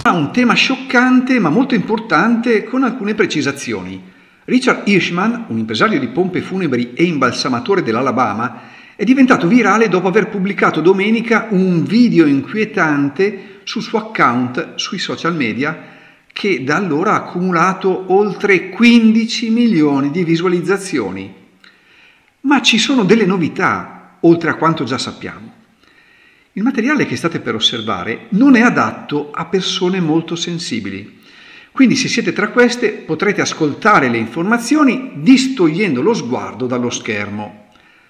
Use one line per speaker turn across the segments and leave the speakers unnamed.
Ha un tema scioccante ma molto importante con alcune precisazioni. Richard Hirschman, un impresario di pompe funebri e imbalsamatore dell'Alabama, è diventato virale dopo aver pubblicato domenica un video inquietante sul suo account sui social media che da allora ha accumulato oltre 15 milioni di visualizzazioni. Ma ci sono delle novità, oltre a quanto già sappiamo. Il materiale che state per osservare non è adatto a persone molto sensibili, quindi se siete tra queste potrete ascoltare le informazioni distogliendo lo sguardo dallo schermo.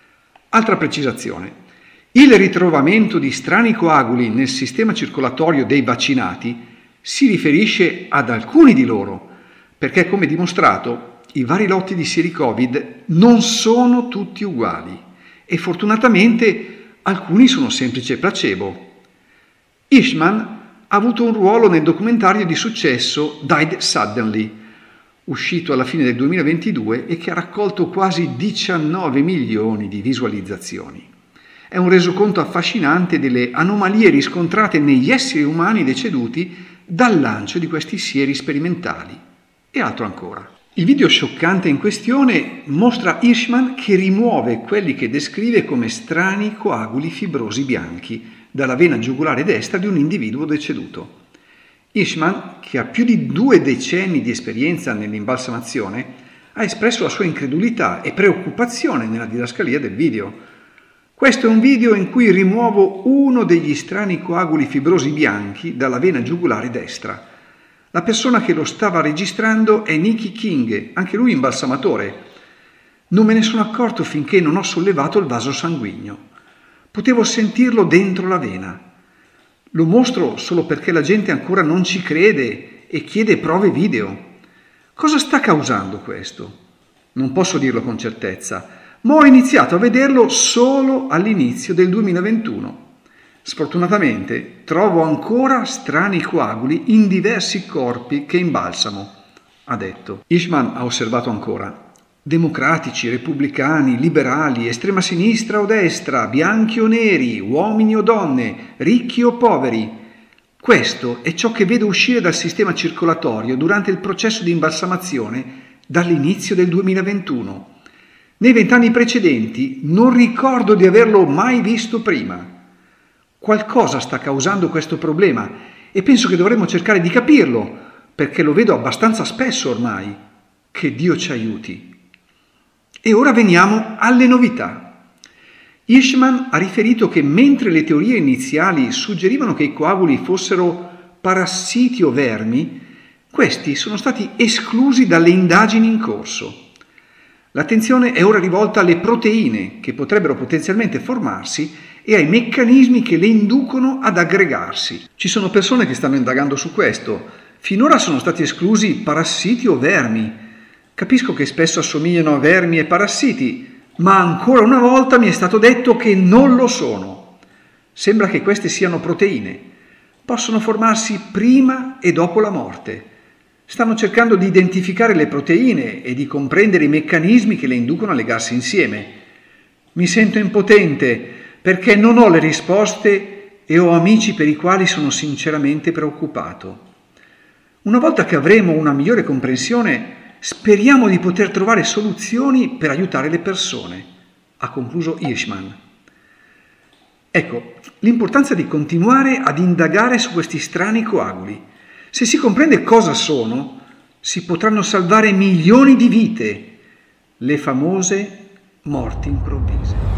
Altra precisazione: il ritrovamento di strani coaguli nel sistema circolatorio dei vaccinati si riferisce ad alcuni di loro, perché come dimostrato i vari lotti di siri Covid non sono tutti uguali e fortunatamente alcuni sono semplice placebo. Hirschman ha avuto un ruolo nel documentario di successo Died Suddenly, uscito alla fine del 2022 e che ha raccolto quasi 19 milioni di visualizzazioni. È un resoconto affascinante delle anomalie riscontrate negli esseri umani deceduti dal lancio di questi sieri sperimentali e altro ancora. Il video scioccante in questione mostra Hirschman che rimuove quelli che descrive come strani coaguli fibrosi bianchi dalla vena giugulare destra di un individuo deceduto. Hirschman, che ha più di 2 decenni di esperienza nell'imbalsamazione, ha espresso la sua incredulità e preoccupazione nella didascalia del video. Questo è un video in cui rimuovo uno degli strani coaguli fibrosi bianchi dalla vena giugulare destra. La persona che lo stava registrando è Nicky King, anche lui imbalsamatore. Non me ne sono accorto finché non ho sollevato il vaso sanguigno. Potevo sentirlo dentro la vena. Lo mostro solo perché la gente ancora non ci crede e chiede prove video. Cosa sta causando questo? Non posso dirlo con certezza, ma ho iniziato a vederlo solo all'inizio del 2021. Sfortunatamente trovo ancora strani coaguli in diversi corpi che imbalsamo, ha detto. Hirschman ha osservato ancora: democratici, repubblicani, liberali, estrema sinistra o destra, bianchi o neri, uomini o donne, ricchi o poveri. Questo è ciò che vedo uscire dal sistema circolatorio durante il processo di imbalsamazione dall'inizio del 2021. Nei 20 anni precedenti non ricordo di averlo mai visto prima. Qualcosa sta causando questo problema e penso che dovremmo cercare di capirlo, perché lo vedo abbastanza spesso ormai. Che Dio ci aiuti. E ora veniamo alle novità. Hirschman ha riferito che mentre le teorie iniziali suggerivano che i coaguli fossero parassiti o vermi, questi sono stati esclusi dalle indagini in corso. L'attenzione è ora rivolta alle proteine che potrebbero potenzialmente formarsi e ai meccanismi che le inducono ad aggregarsi. Ci sono persone che stanno indagando su questo. Finora sono stati esclusi parassiti o vermi. Capisco che spesso assomigliano a vermi e parassiti, ma ancora una volta mi è stato detto che non lo sono. Sembra che queste siano proteine. Possono formarsi prima e dopo la morte. Stanno cercando di identificare le proteine e di comprendere i meccanismi che le inducono a legarsi insieme. Mi sento impotente perché non ho le risposte e ho amici per i quali sono sinceramente preoccupato. Una volta che avremo una migliore comprensione, speriamo di poter trovare soluzioni per aiutare le persone, ha concluso Hirschman. Ecco, l'importanza di continuare ad indagare su questi strani coaguli. Se si comprende cosa sono, si potranno salvare milioni di vite, le famose morti improvvise.